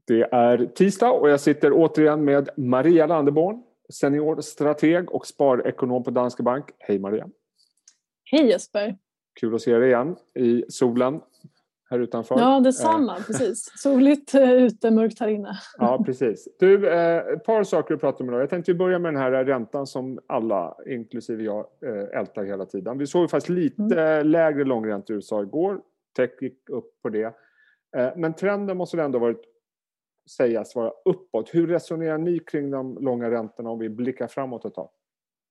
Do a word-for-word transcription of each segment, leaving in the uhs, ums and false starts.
Det är tisdag och jag sitter återigen med Maria Landeborn, seniorstrateg och sparekonom på Danske Bank. Hej Maria. Hej Jesper. Kul att se dig igen i solen här utanför. Ja, detsamma, eh. precis. Soligt ute, mörkt här inne. Ja, precis. Du, ett par saker att prata om idag. Jag tänkte börja med den här räntan som alla, inklusive jag, ältar hela tiden. Vi såg faktiskt lite mm. lägre långräntor i U S A igår. Tech gick upp på det. Men trenden måste ändå varit sägas vara uppåt. Hur resonerar ni kring de långa räntorna om vi blickar framåt ett tag?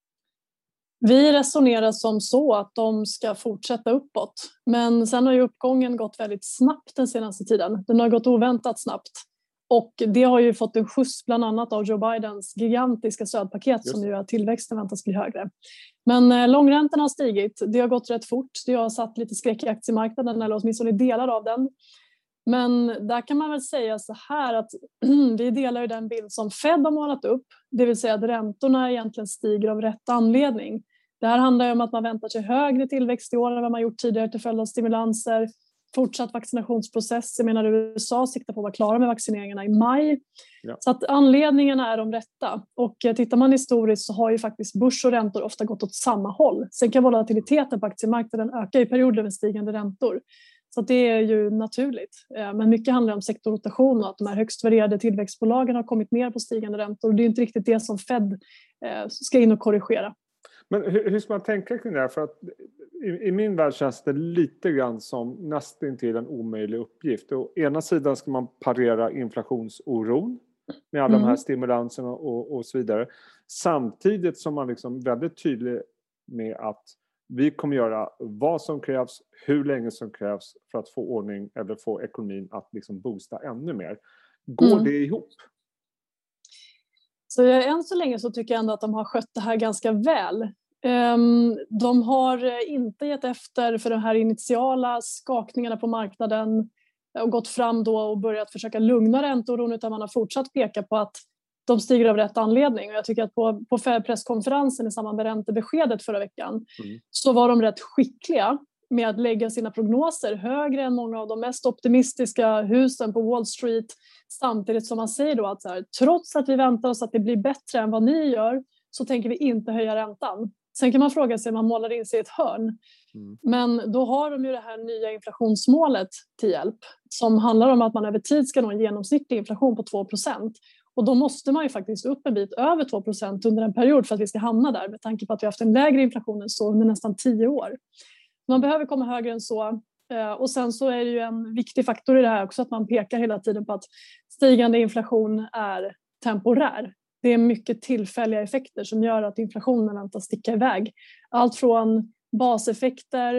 Vi resonerar som så att de ska fortsätta uppåt. Men sen har ju uppgången gått väldigt snabbt den senaste tiden. Den har gått oväntat snabbt. Och det har ju fått en skjuts bland annat av Joe Bidens gigantiska stödpaket Just. som gör att tillväxten väntas bli högre. Men eh, långräntorna har stigit. Det har gått rätt fort. Det har satt lite skräck i aktiemarknaden eller åtminstone delar av den. Men där kan man väl säga så här att vi delar ju den bild som Fed har målat upp. Det vill säga att räntorna egentligen stiger av rätt anledning. Det här handlar ju om att man väntar sig högre tillväxt i år än vad man gjort tidigare till följd av stimulanser. Fortsatt vaccinationsprocess. Jag menar U S A siktar på att vara klara med vaccineringarna i maj. Ja. Så att anledningarna är de rätta. Och tittar man historiskt så har ju faktiskt börs och räntor ofta gått åt samma håll. Sen kan volatiliteten på aktiemarknaden öka i perioder med stigande räntor. Så det är ju naturligt. Men mycket handlar om sektorrotation och att de här högst värderade tillväxtbolagen har kommit ner på stigande räntor. Det är inte riktigt det som Fed ska in och korrigera. Men hur, hur ska man tänka kring det här? För att i, i min värld känns det lite grann som nästan till en omöjlig uppgift. Å ena sidan ska man parera inflationsoron med alla mm. de här stimulanserna och, och så vidare. Samtidigt som man liksom väldigt tydlig med att vi kommer göra vad som krävs, hur länge som krävs för att få ordning eller få ekonomin att liksom boosta ännu mer. Går mm. det ihop? Så än så länge så tycker jag ändå att de har skött det här ganska väl. De har inte gett efter för de här initiala skakningarna på marknaden och gått fram då och börjat försöka lugna räntoron, utan man har fortsatt peka på att de stiger av rätt anledning. Och jag tycker att på, på presskonferensen i samband med räntebeskedet förra veckan mm. så var de rätt skickliga med att lägga sina prognoser högre än många av de mest optimistiska husen på Wall Street. Samtidigt som man säger då att så här, trots att vi väntar oss att det blir bättre än vad ni gör så tänker vi inte höja räntan. Sen kan man fråga sig om man målar in sig i ett hörn. Mm. Men då har de ju det här nya inflationsmålet till hjälp som handlar om att man över tid ska nå en genomsnittlig inflation på två procent. Och då måste man ju faktiskt upp en bit över två procent under en period för att vi ska hamna där, med tanke på att vi har haft en lägre inflation än så under nästan tio år. Man behöver komma högre än så. Och sen så är det ju en viktig faktor i det här också att man pekar hela tiden på att stigande inflation är temporär. Det är mycket tillfälliga effekter som gör att inflationen väntas sticka iväg. Allt från baseffekter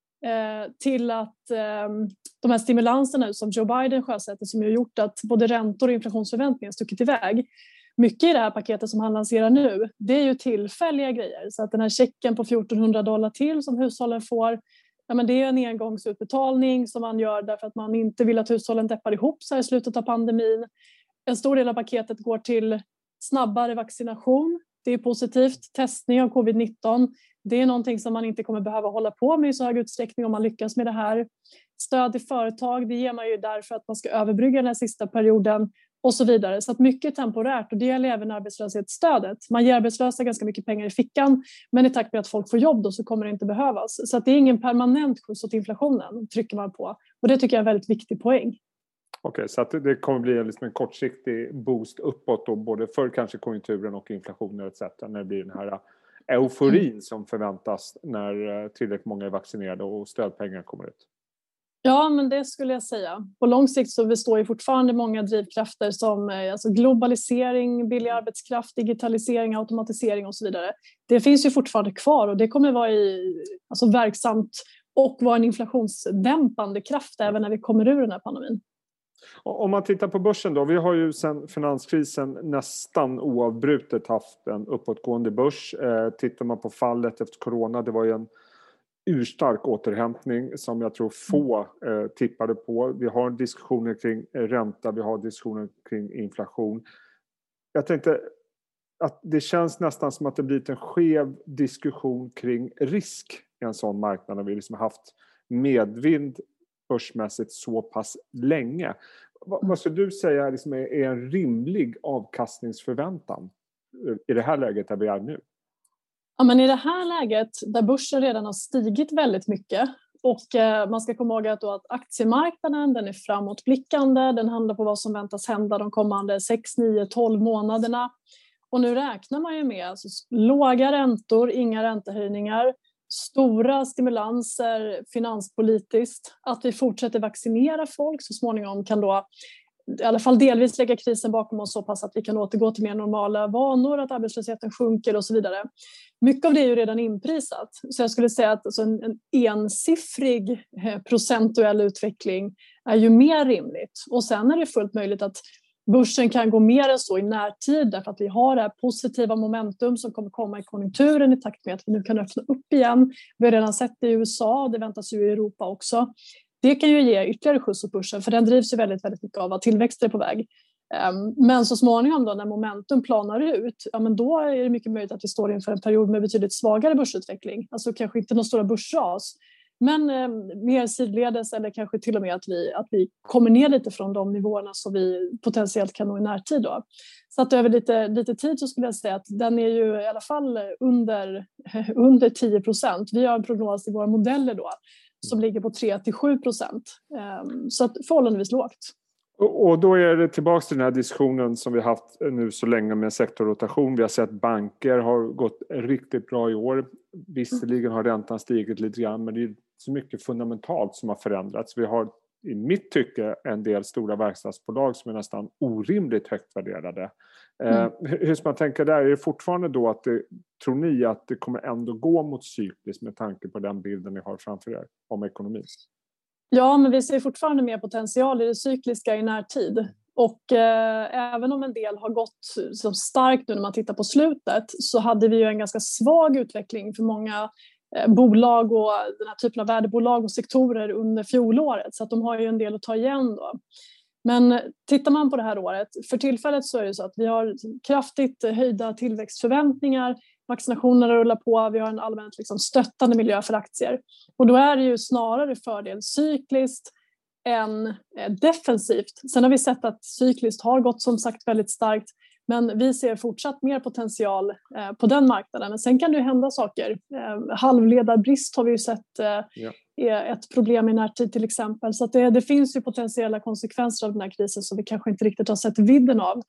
eh, till att eh, de här stimulanserna som Joe Biden sjösätter som har gjort att både räntor och inflationsförväntningar stuckit iväg. Mycket i det här paketet som han lanserar nu, det är ju tillfälliga grejer. Så att den här checken på fjortonhundra dollar till som hushållen får, ja, men det är en engångsutbetalning som man gör därför att man inte vill att hushållen deppar ihop så här i slutet av pandemin. En stor del av paketet går till snabbare vaccination. Det är positivt. Testning av covid nitton. Det är någonting som man inte kommer behöva hålla på med i så hög utsträckning om man lyckas med det här. Stöd till företag, det ger man ju därför att man ska överbrygga den här sista perioden och så vidare. Så att mycket temporärt, och det gäller även arbetslöshetsstödet. Man ger arbetslösa ganska mycket pengar i fickan, men i takt med att folk får jobb då så kommer det inte behövas. Så att det är ingen permanent skjuts åt inflationen, trycker man på. Och det tycker jag är en väldigt viktig poäng. Okej, så att det kommer bli liksom en kortsiktig boost uppåt då, både för kanske konjunkturen och inflationen et cetera. När det blir den här euforin mm. som förväntas när tillräckligt många är vaccinerade och stödpengar kommer ut. Ja, men det skulle jag säga. På lång sikt så består ju fortfarande många drivkrafter som alltså globalisering, billig arbetskraft, digitalisering, automatisering och så vidare. Det finns ju fortfarande kvar och det kommer vara i, alltså verksamt och vara en inflationsdämpande kraft även när vi kommer ur den här pandemin. Om man tittar på börsen då, vi har ju sedan finanskrisen nästan oavbrutet haft en uppåtgående börs. Eh, tittar man på fallet efter corona, det var ju en urstark återhämtning som jag tror få eh, tippade på. Vi har diskussioner kring ränta, vi har diskussioner kring inflation. Jag tänkte att det känns nästan som att det blivit en skev diskussion kring risk i en sån marknad när vi liksom haft medvind börsmässigt så pass länge. vad, vad skulle du säga liksom är, är en rimlig avkastningsförväntan i det här läget där vi är nu? Ja, men i det här läget där börsen redan har stigit väldigt mycket och eh, man ska komma ihåg att, då att aktiemarknaden den är framåtblickande, den handlar på vad som väntas hända de kommande sex, nio, tolv månaderna. Och nu räknar man ju med alltså, låga räntor, inga räntehöjningar, stora stimulanser finanspolitiskt, att vi fortsätter vaccinera folk så småningom kan då i alla fall delvis lägga krisen bakom oss så pass att vi kan återgå till mer normala vanor, att arbetslösheten sjunker och så vidare. Mycket av det är ju redan inprisat. Så jag skulle säga att alltså en, en ensiffrig procentuell utveckling är ju mer rimligt. Och sen är det fullt möjligt att börsen kan gå mer än så i närtid därför att vi har det här positiva momentum som kommer komma i konjunkturen i takt med att vi nu kan öppna upp igen. Vi har redan sett det i U S A och det väntas ju i Europa också. Det kan ju ge ytterligare skjuts åt börsen för den drivs ju väldigt, väldigt mycket av att tillväxt är på väg. Men så småningom då när momentum planar ut, ja men då är det mycket möjligt att vi står inför en period med betydligt svagare börsutveckling. Alltså kanske inte någon stora börsras, men eh, mer sidledes eller kanske till och med att vi, att vi kommer ner lite från de nivåerna som vi potentiellt kan nå i närtid då. Så att över lite, lite tid så skulle jag säga att den är ju i alla fall under, under tio procent. Vi har en prognos i våra modeller då som ligger på tre till sju procent. Så att förhållandevis lågt. Och då är det tillbaka till den här diskussionen som vi haft nu så länge med sektorrotation. Vi har sett banker har gått riktigt bra i år. Visserligen har räntan stigit lite grann men det är så mycket fundamentalt som har förändrats. Vi har i mitt tycke en del stora verkstadsbolag som är nästan orimligt högt värderade. Mm. Eh, hur ska man tänka där? Är det fortfarande då att det, tror ni att det kommer ändå gå mot cykliskt med tanke på den bilden ni har framför er om ekonomin? Ja, men vi ser fortfarande mer potential i det cykliska i närtid. Och eh, även om en del har gått som starkt nu när man tittar på slutet så hade vi ju en ganska svag utveckling för många eh, bolag och den här typen av värdebolag och sektorer under fjolåret. Så att de har ju en del att ta igen då. Men tittar man på det här året, för tillfället så är det så att vi har kraftigt höjda tillväxtförväntningar. Vaccinationerna rullar på, vi har en allmänt liksom stöttande miljö för aktier. Och då är det ju snarare fördel cykliskt än defensivt. Sen har vi sett att cykliskt har gått som sagt väldigt starkt. Men vi ser fortsatt mer potential eh, på den marknaden. Men sen kan det ju hända saker. Eh, halvledarbrist har vi ju sett eh, ja. är ett problem i närtid till exempel. Så att det, det finns ju potentiella konsekvenser av den här krisen som vi kanske inte riktigt har sett vidden av.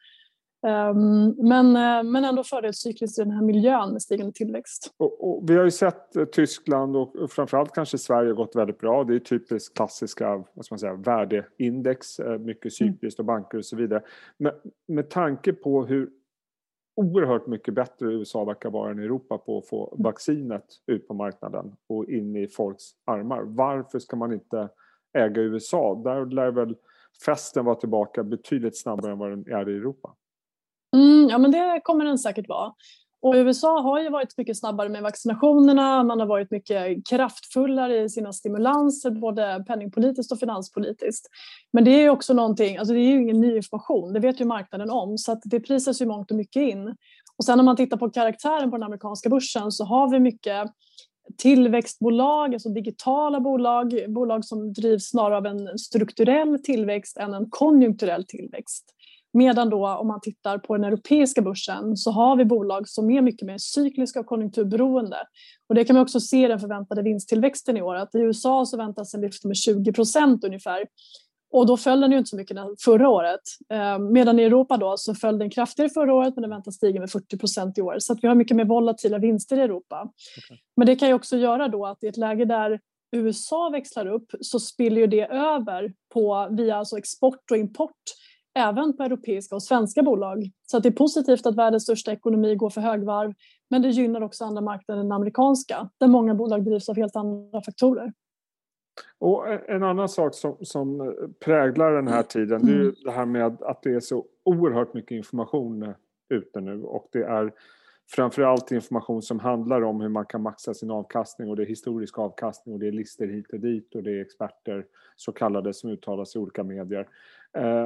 Um, men, uh, men ändå fördelcykliskt i den här miljön med stigande tillväxt. Och, och vi har ju sett uh, Tyskland och framförallt kanske Sverige gått väldigt bra. Det är typiskt klassiska vad ska man säga, värdeindex, uh, mycket cykliskt och banker och så vidare. Men med tanke på hur oerhört mycket bättre U S A verkar vara än Europa på att få vaccinet ut på marknaden och in i folks armar. Varför ska man inte äga U S A? Där lär väl festen vara tillbaka betydligt snabbare än vad den är i Europa. Mm, ja, men det kommer den säkert vara. Och U S A har ju varit mycket snabbare med vaccinationerna. Man har varit mycket kraftfullare i sina stimulanser, både penningpolitiskt och finanspolitiskt. Men det är ju också någonting, alltså det är ju ingen ny information. Det vet ju marknaden om. Så att det prisas ju mångt och mycket in. Och sen när man tittar på karaktären på den amerikanska börsen så har vi mycket tillväxtbolag, alltså digitala bolag. Bolag som drivs snarare av en strukturell tillväxt än en konjunkturell tillväxt. Medan då om man tittar på den europeiska börsen så har vi bolag som är mycket mer cykliska och konjunkturberoende. Och det kan man också se i den förväntade vinsttillväxten i år. Att i U S A så väntas en lyft med tjugo procent ungefär. Och då föll den ju inte så mycket förra året. Medan i Europa då så föll den kraftigare förra året men den väntas stiga med fyrtio procent i år. Så att vi har mycket mer volatila vinster i Europa. Okay. Men det kan ju också göra då att i ett läge där U S A växlar upp så spiller ju det över på via alltså export och import även på europeiska och svenska bolag. Så att det är positivt att världens största ekonomi går för högvarv, men det gynnar också andra marknader än den amerikanska, där många bolag drivs av helt andra faktorer. Och en annan sak som, som präglar den här tiden, det är ju det här med att det är så oerhört mycket information ute nu, och det är framförallt information som handlar om hur man kan maxa sin avkastning, och det är historisk avkastning och det är listor hit och dit och det är experter så kallade som uttalas i olika medier. Eh,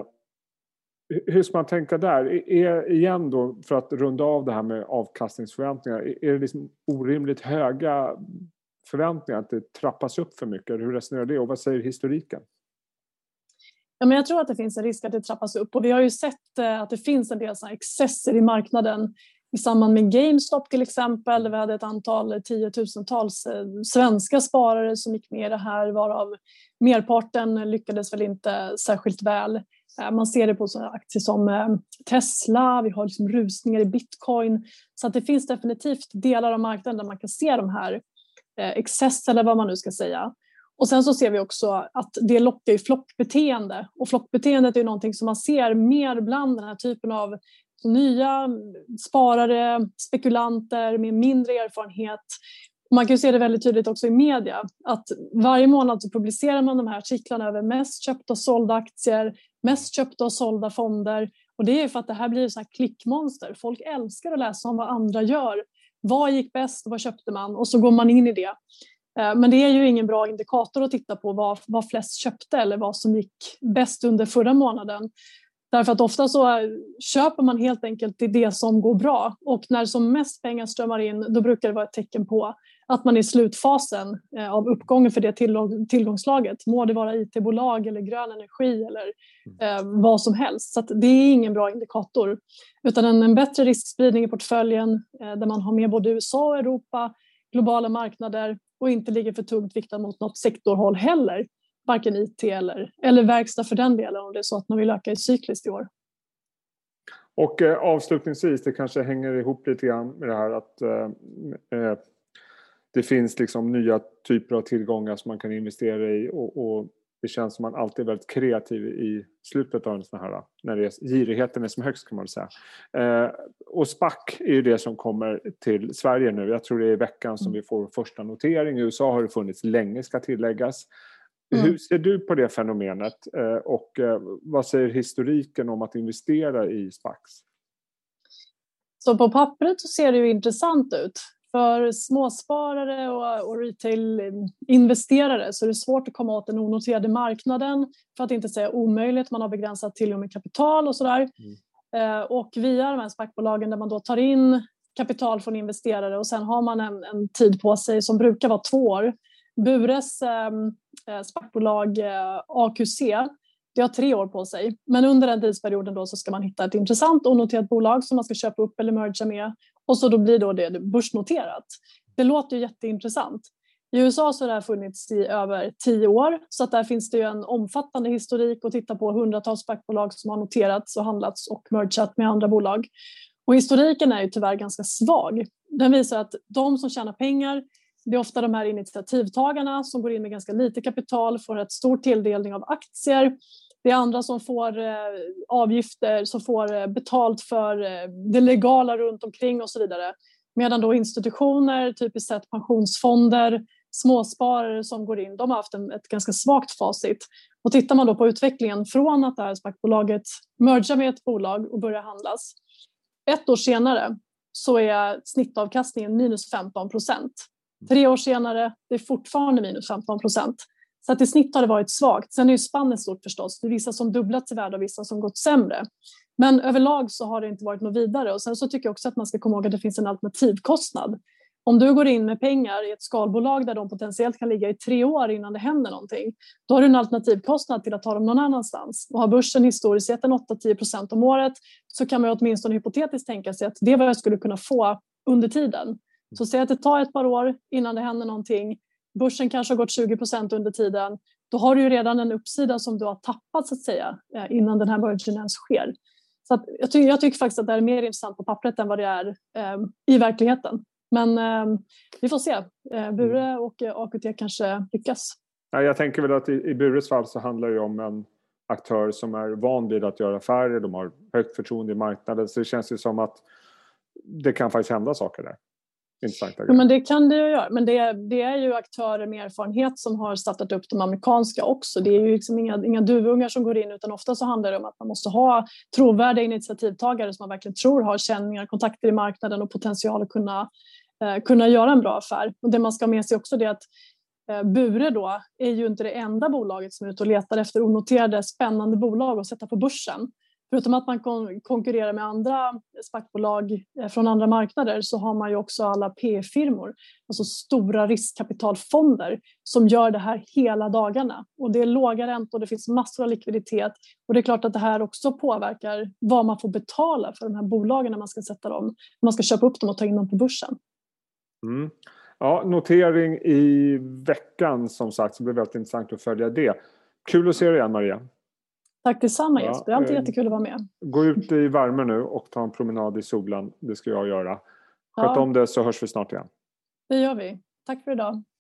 Hur ska man tänka där? Är, igen då, för att runda av det här med avkastningsförväntningar, är det liksom orimligt höga förväntningar att det trappas upp för mycket? Hur resonerar det och vad säger historiken? Ja, men jag tror att det finns en risk att det trappas upp. Och vi har ju sett att det finns en del såna excesser i marknaden i samband med GameStop till exempel. Där vi hade ett antal tiotusentals svenska sparare som gick med i det här, varav merparten lyckades väl inte särskilt väl. Man ser det på sådana aktier som Tesla, vi har liksom rusningar i bitcoin. Så att det finns definitivt delar av marknaden där man kan se de här excesser eller vad man nu ska säga. Och sen så ser vi också att det lockar ju flockbeteende. Och flockbeteendet är ju någonting som man ser mer bland den här typen av nya sparare, spekulanter med mindre erfarenhet. Och man kan ju se det väldigt tydligt också i media. Att varje månad så publicerar man de här artiklarna över mest köpta och sålda aktier, mest köpta och sålda fonder. Och det är för att det här blir så här klickmonster. Folk älskar att läsa om vad andra gör. Vad gick bäst, vad köpte man? Och så går man in i det. Men det är ju ingen bra indikator att titta på vad, vad flest köpte eller vad som gick bäst under förra månaden. Därför att ofta så köper man helt enkelt i det som går bra. Och när som mest pengar strömmar in, då brukar det vara ett tecken på att man är i slutfasen av uppgången för det tillgång, tillgångslaget. Må det vara I T-bolag eller grön energi eller eh, vad som helst. Så att det är ingen bra indikator. Utan en, en bättre riskspridning i portföljen eh, där man har med både U S A och Europa, globala marknader och inte ligger för tungt viktat mot något sektorhåll heller. Varken I T eller, eller verkstad för den delen om det är så att man vill öka i cykliskt i år. Och eh, avslutningsvis, det kanske hänger ihop lite grann med det här att eh, det finns liksom nya typer av tillgångar som man kan investera i och, och det känns som man alltid är väldigt kreativ i slutet av en sån här, när det är, girigheten är som högst kan man säga. Eh, och SPAC är ju det som kommer till Sverige nu. Jag tror det är i veckan som vi får första notering. I U S A har det funnits länge, ska tilläggas. Mm. Hur ser du på det fenomenet eh, och eh, vad säger historiken om att investera i SPACs? Så på pappret så ser det ju intressant ut. För småsparare och, och retail-investerare så är det svårt att komma åt den onoterade marknaden. För att inte säga omöjligt, man har begränsat tillgång med kapital och sådär. Mm. Eh, och via de här SPAC-bolagen där man då tar in kapital från investerare och sen har man en, en tid på sig som brukar vara två år. Bures eh, SPAC-bolag eh, A Q C, det har tre år på sig. Men under den tidsperioden då så ska man hitta ett intressant onoterat bolag som man ska köpa upp eller merga med. Och så då blir då det börsnoterat. Det låter ju jätteintressant. I U S A så har det här funnits i över tio år. Så att där finns det ju en omfattande historik att titta på hundratals SPAC-bolag som har noterats och handlats och mergat med andra bolag. Och historiken är ju tyvärr ganska svag. Den visar att de som tjänar pengar, det är ofta de här initiativtagarna som går in med ganska lite kapital, får ett stor tilldelning av aktier. Det är andra som får eh, avgifter, som får eh, betalt för eh, det legala runt omkring och så vidare. Medan då institutioner, typiskt sett pensionsfonder, småsparare som går in, de har haft en, ett ganska svagt facit. Och tittar man då på utvecklingen från att det här SPAC-bolaget mergar med ett bolag och börjar handlas. Ett år senare så är snittavkastningen minus femton procent. Tre år senare det är fortfarande minus femton procent. Så att i snitt har det varit svagt. Sen är ju spannet stort förstås. Det är vissa som dubblat i värde och vissa som gått sämre. Men överlag så har det inte varit något vidare. Och sen så tycker jag också att man ska komma ihåg att det finns en alternativkostnad. Om du går in med pengar i ett skalbolag där de potentiellt kan ligga i tre år innan det händer någonting. Då har du en alternativkostnad till att ta dem någon annanstans. Och har börsen historiskt sett en åtta till tio procent om året så kan man åtminstone hypotetiskt tänka sig att det är vad jag skulle kunna få under tiden. Så säg att det tar ett par år innan det händer någonting. Börsen kanske har gått tjugo procent under tiden. Då har du ju redan en uppsida som du har tappat så att säga innan den här mergen ens sker. Så att jag, ty- jag tycker faktiskt att det är mer intressant på pappret än vad det är eh, i verkligheten. Men eh, vi får se. Eh, Bure och eh, A Q T kanske lyckas. Ja, jag tänker väl att i, i Bures fall så handlar det om en aktör som är van vid att göra affärer. De har högt förtroende i marknaden. Så det känns ju som att det kan faktiskt hända saker där. Ja, men det kan det ju göra. Men det, det är ju aktörer med erfarenhet som har startat upp de amerikanska också. Det är ju liksom inga, inga duvungar som går in utan ofta så handlar det om att man måste ha trovärdiga initiativtagare som man verkligen tror har känningar, kontakter i marknaden och potential att kunna, eh, kunna göra en bra affär. Och det man ska ha med sig också är att eh, Bure då är ju inte det enda bolaget som är ute och letar efter onoterade spännande bolag att sätta på börsen. förutom att man kon- konkurrerar med andra SPAC-bolag från andra marknader så har man ju också alla P E-firmor, alltså stora riskkapitalfonder som gör det här hela dagarna. Och det är låga räntor, det finns massor av likviditet och det är klart att det här också påverkar vad man får betala för de här bolagen när man ska sätta dem, när man ska köpa upp dem och ta in dem på börsen. Mm. Ja, notering i veckan som sagt, så blir det väldigt intressant att följa det. Kul att se dig igen, Maria. Tack detsamma, ja, Jesper. Det är alltid eh, jättekul att vara med. Gå ut i värme nu och ta en promenad i solen. Det ska jag göra. Sköt Ja. om det så hörs vi snart igen. Det gör vi. Tack för idag.